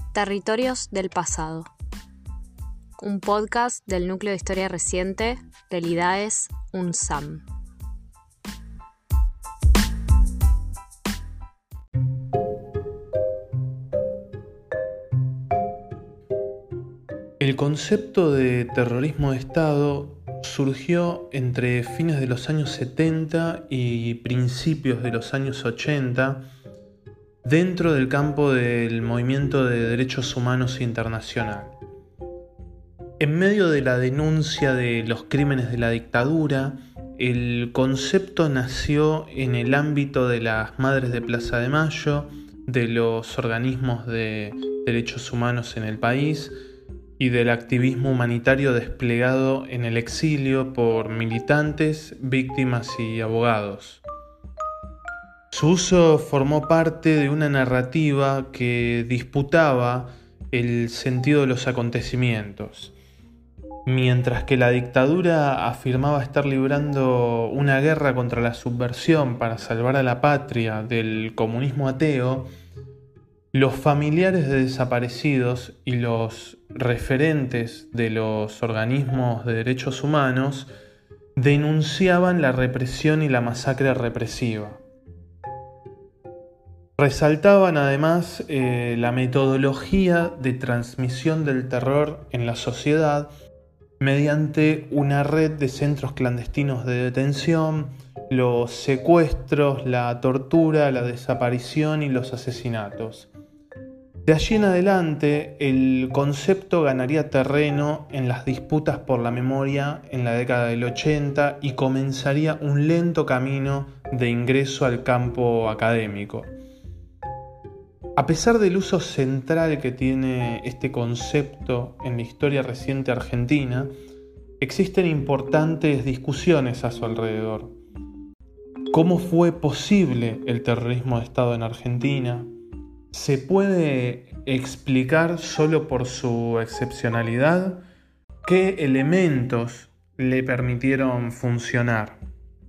Territorios del pasado. Un podcast del Núcleo de Historia Reciente del IDAES UNSAM. El concepto de terrorismo de Estado surgió entre fines de los años 70 y principios de los años 80 dentro del campo del movimiento de derechos humanos internacional. En medio de la denuncia de los crímenes de la dictadura, el concepto nació en el ámbito de las Madres de Plaza de Mayo, de los organismos de derechos humanos en el país y del activismo humanitario desplegado en el exilio por militantes, víctimas y abogados. Su uso formó parte de una narrativa que disputaba el sentido de los acontecimientos. Mientras que la dictadura afirmaba estar librando una guerra contra la subversión para salvar a la patria del comunismo ateo, los familiares de desaparecidos y los referentes de los organismos de derechos humanos denunciaban la represión y la masacre represiva. Resaltaban además la metodología de transmisión del terror en la sociedad mediante una red de centros clandestinos de detención, los secuestros, la tortura, la desaparición y los asesinatos. De allí en adelante, el concepto ganaría terreno en las disputas por la memoria en la década del 80 y comenzaría un lento camino de ingreso al campo académico. A pesar del uso central que tiene este concepto en la historia reciente argentina, existen importantes discusiones a su alrededor. ¿Cómo fue posible el terrorismo de Estado en Argentina? ¿Se puede explicar solo por su excepcionalidad? ¿Qué elementos le permitieron funcionar?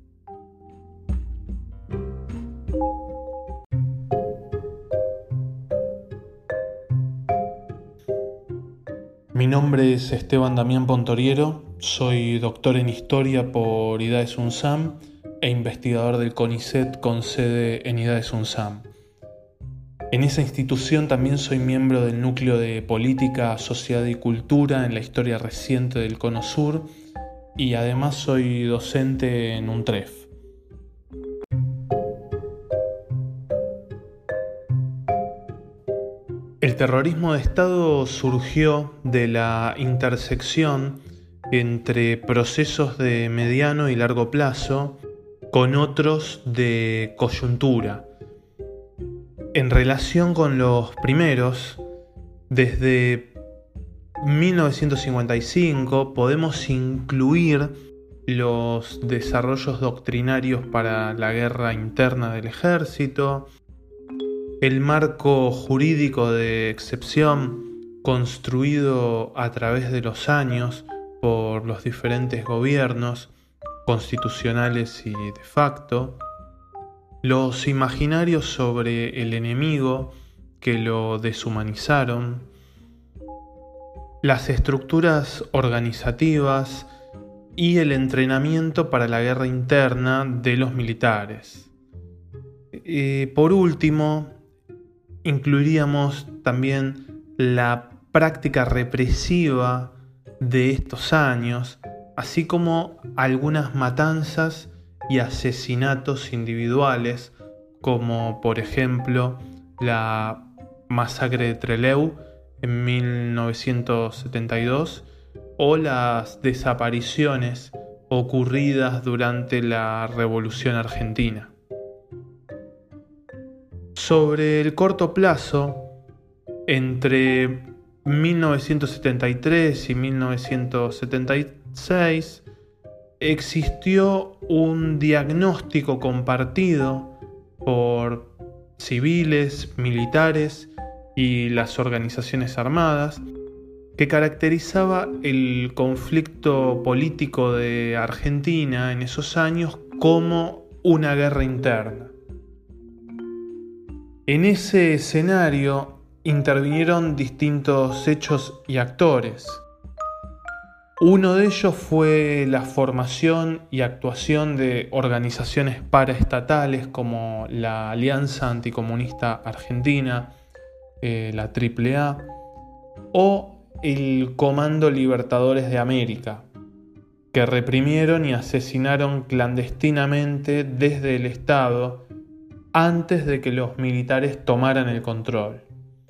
Mi nombre es Esteban Damián Pontoriero, soy doctor en Historia por IDAES UNSAM e investigador del CONICET con sede en IDAES UNSAM. En esa institución también soy miembro del Núcleo de Política, Sociedad y Cultura en la Historia Reciente del Cono Sur y además soy docente en UNTREF. El terrorismo de Estado surgió de la intersección entre procesos de mediano y largo plazo con otros de coyuntura. En relación con los primeros, desde 1955 podemos incluir los desarrollos doctrinarios para la guerra interna del ejército, el marco jurídico de excepción construido a través de los años por los diferentes gobiernos constitucionales y de facto, los imaginarios sobre el enemigo que lo deshumanizaron, las estructuras organizativas y el entrenamiento para la guerra interna de los militares. Por último, incluiríamos también la práctica represiva de estos años, así como algunas matanzas y asesinatos individuales, como por ejemplo la masacre de Trelew en 1972 o las desapariciones ocurridas durante la Revolución Argentina. Sobre el corto plazo, entre 1973 y 1976, existió un diagnóstico compartido por civiles, militares y las organizaciones armadas que caracterizaba el conflicto político de Argentina en esos años como una guerra interna. En ese escenario intervinieron distintos hechos y actores. Uno de ellos fue la formación y actuación de organizaciones paraestatales como la Alianza Anticomunista Argentina, la AAA, o el Comando Libertadores de América, que reprimieron y asesinaron clandestinamente desde el Estado antes de que los militares tomaran el control.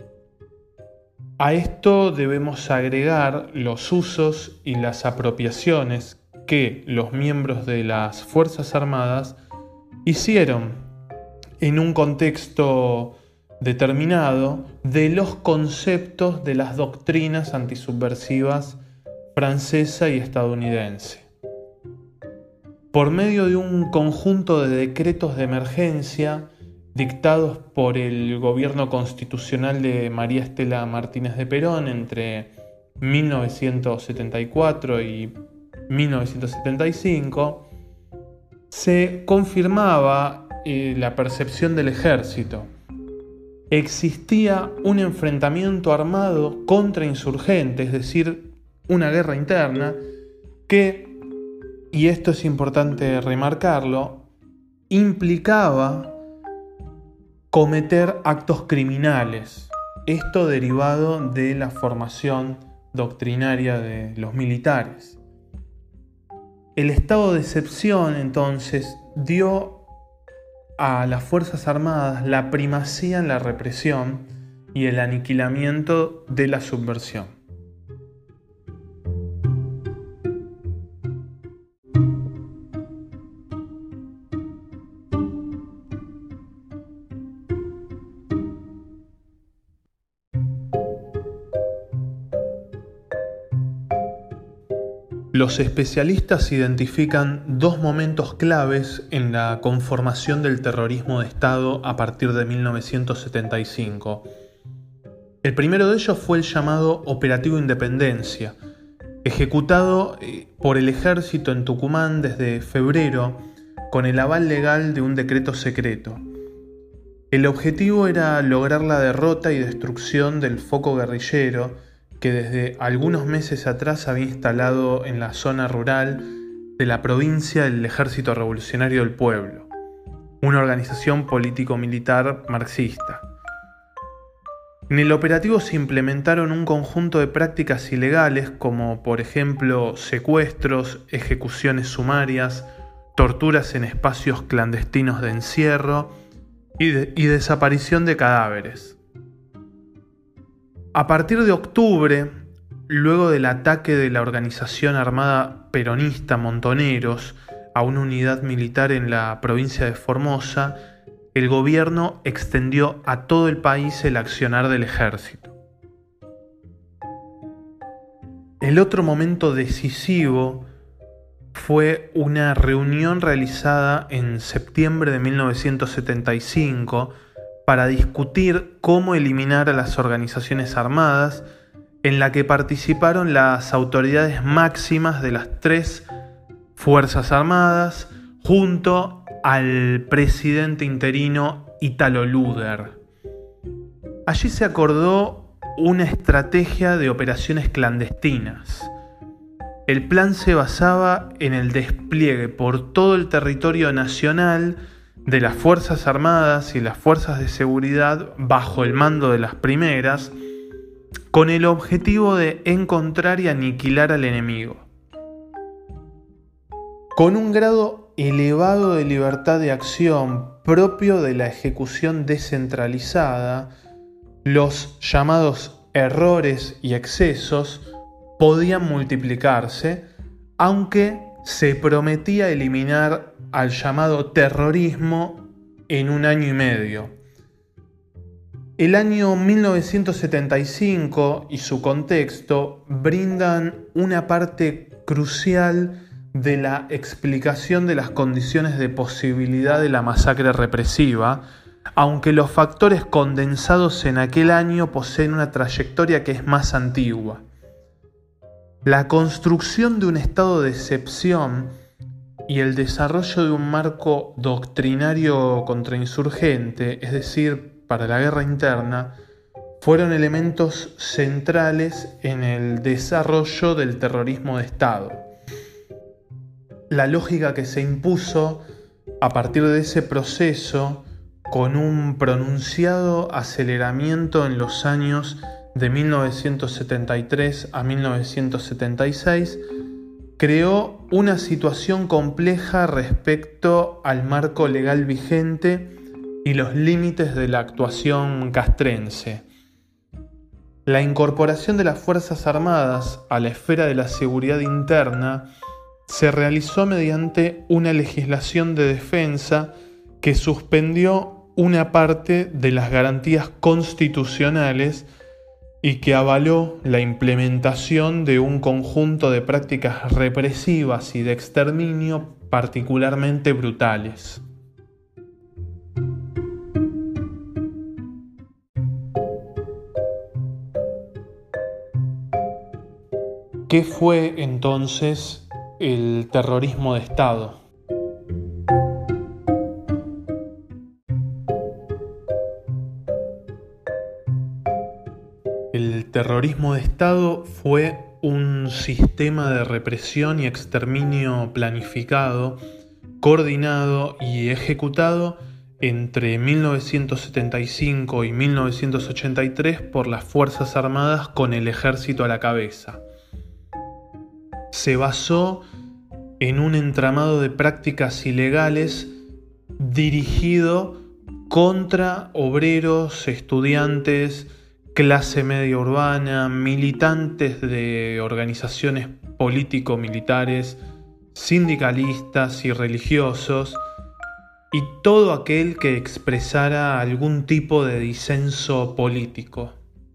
A esto debemos agregar los usos y las apropiaciones que los miembros de las Fuerzas Armadas hicieron en un contexto determinado de los conceptos de las doctrinas antisubversivas francesa y estadounidense. Por medio de un conjunto de decretos de emergencia dictados por el gobierno constitucional de María Estela Martínez de Perón entre 1974 y 1975, se confirmaba la percepción del ejército. Existía un enfrentamiento armado contra insurgentes, es decir, una guerra interna que, y esto es importante remarcarlo, implicaba cometer actos criminales. Esto derivado de la formación doctrinaria de los militares. El estado de excepción, entonces, dio a las Fuerzas Armadas la primacía en la represión y el aniquilamiento de la subversión. Los especialistas identifican dos momentos claves en la conformación del terrorismo de Estado a partir de 1975. El primero de ellos fue el llamado Operativo Independencia, ejecutado por el ejército en Tucumán desde febrero con el aval legal de un decreto secreto. El objetivo era lograr la derrota y destrucción del foco guerrillero que desde algunos meses atrás había instalado en la zona rural de la provincia el Ejército Revolucionario del Pueblo, una organización político-militar marxista. En el operativo se implementaron un conjunto de prácticas ilegales como, por ejemplo, secuestros, ejecuciones sumarias, torturas en espacios clandestinos de encierro y desaparición de cadáveres. A partir de octubre, luego del ataque de la organización armada peronista Montoneros a una unidad militar en la provincia de Formosa, el gobierno extendió a todo el país el accionar del ejército. El otro momento decisivo fue una reunión realizada en septiembre de 1975 para discutir cómo eliminar a las organizaciones armadas, en la que participaron las autoridades máximas de las tres Fuerzas Armadas, junto al presidente interino Italo Luder. Allí se acordó una estrategia de operaciones clandestinas. El plan se basaba en el despliegue por todo el territorio nacional de las Fuerzas Armadas y las Fuerzas de Seguridad bajo el mando de las primeras, con el objetivo de encontrar y aniquilar al enemigo. Con un grado elevado de libertad de acción propio de la ejecución descentralizada, los llamados errores y excesos podían multiplicarse, aunque se prometía eliminar al llamado terrorismo en 1 año y medio. El año 1975 y su contexto brindan una parte crucial de la explicación de las condiciones de posibilidad de la masacre represiva, aunque los factores condensados en aquel año poseen una trayectoria que es más antigua. La construcción de un estado de excepción y el desarrollo de un marco doctrinario contrainsurgente, es decir, para la guerra interna, fueron elementos centrales en el desarrollo del terrorismo de Estado. La lógica que se impuso a partir de ese proceso, con un pronunciado aceleramiento en los años de 1973 a 1976, creó una situación compleja respecto al marco legal vigente y los límites de la actuación castrense. La incorporación de las Fuerzas Armadas a la esfera de la seguridad interna se realizó mediante una legislación de defensa que suspendió una parte de las garantías constitucionales y que avaló la implementación de un conjunto de prácticas represivas y de exterminio particularmente brutales. ¿Qué fue entonces el terrorismo de Estado? El terrorismo de Estado fue un sistema de represión y exterminio planificado, coordinado y ejecutado entre 1975 y 1983 por las Fuerzas Armadas con el ejército a la cabeza. Se basó en un entramado de prácticas ilegales dirigido contra obreros, estudiantes, clase media urbana, militantes de organizaciones político-militares, sindicalistas y religiosos, y todo aquel que expresara algún tipo de disenso político.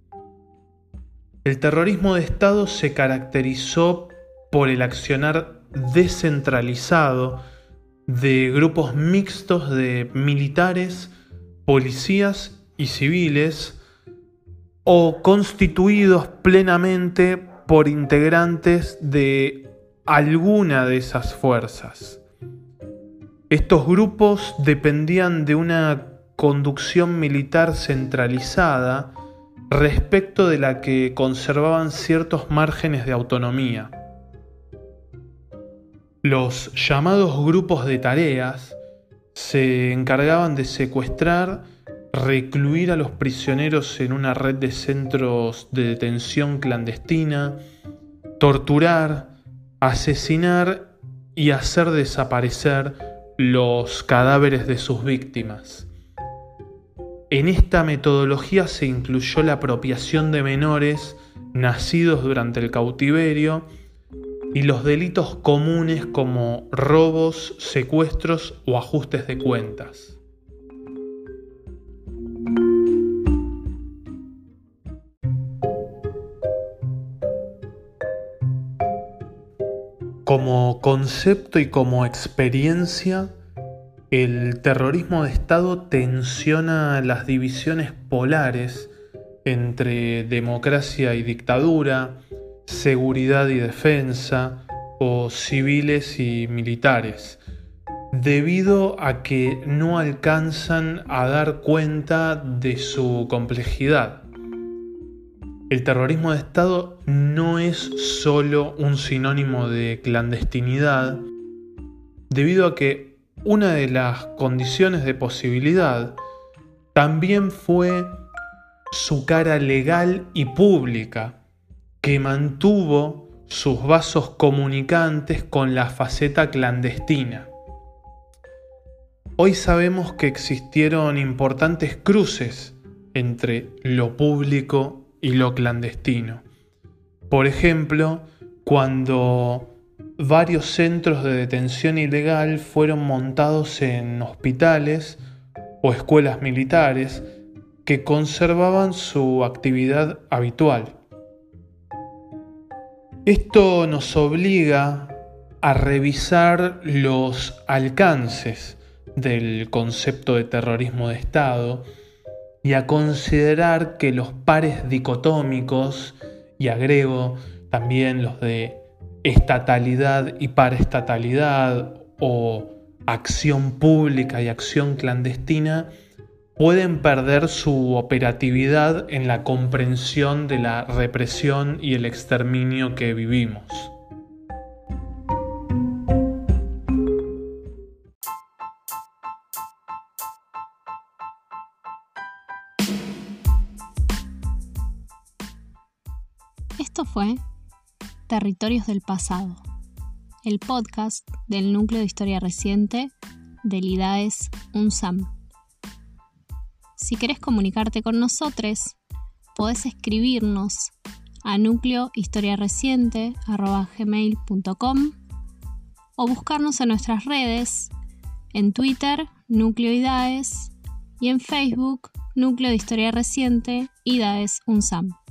El terrorismo de Estado se caracterizó por el accionar descentralizado de grupos mixtos de militares, policías y civiles, o constituidos plenamente por integrantes de alguna de esas fuerzas. Estos grupos dependían de una conducción militar centralizada respecto de la que conservaban ciertos márgenes de autonomía. Los llamados grupos de tareas se encargaban de secuestrar, recluir a los prisioneros en una red de centros de detención clandestina, torturar, asesinar y hacer desaparecer los cadáveres de sus víctimas. En esta metodología se incluyó la apropiación de menores nacidos durante el cautiverio y los delitos comunes como robos, secuestros o ajustes de cuentas. Como concepto y como experiencia, el terrorismo de Estado tensiona las divisiones polares entre democracia y dictadura, seguridad y defensa, o civiles y militares, debido a que no alcanzan a dar cuenta de su complejidad. El terrorismo de Estado no es solo un sinónimo de clandestinidad, debido a que una de las condiciones de posibilidad también fue su cara legal y pública, que mantuvo sus vasos comunicantes con la faceta clandestina. Hoy sabemos que existieron importantes cruces entre lo público y lo clandestino. Por ejemplo, cuando varios centros de detención ilegal fueron montados en hospitales o escuelas militares que conservaban su actividad habitual. Esto nos obliga a revisar los alcances del concepto de terrorismo de Estado y a considerar que los pares dicotómicos, y agrego también los de estatalidad y paraestatalidad o acción pública y acción clandestina, pueden perder su operatividad en la comprensión de la represión y el exterminio que vivimos. Esto fue Territorios del Pasado, el podcast del Núcleo de Historia Reciente del IDAES UNSAM. Si querés comunicarte con nosotros, podés escribirnos a nucleohistoriareciente@gmail.com o buscarnos en nuestras redes, en Twitter, Núcleo IDAES, y en Facebook, Núcleo de Historia Reciente, IDAES UNSAM.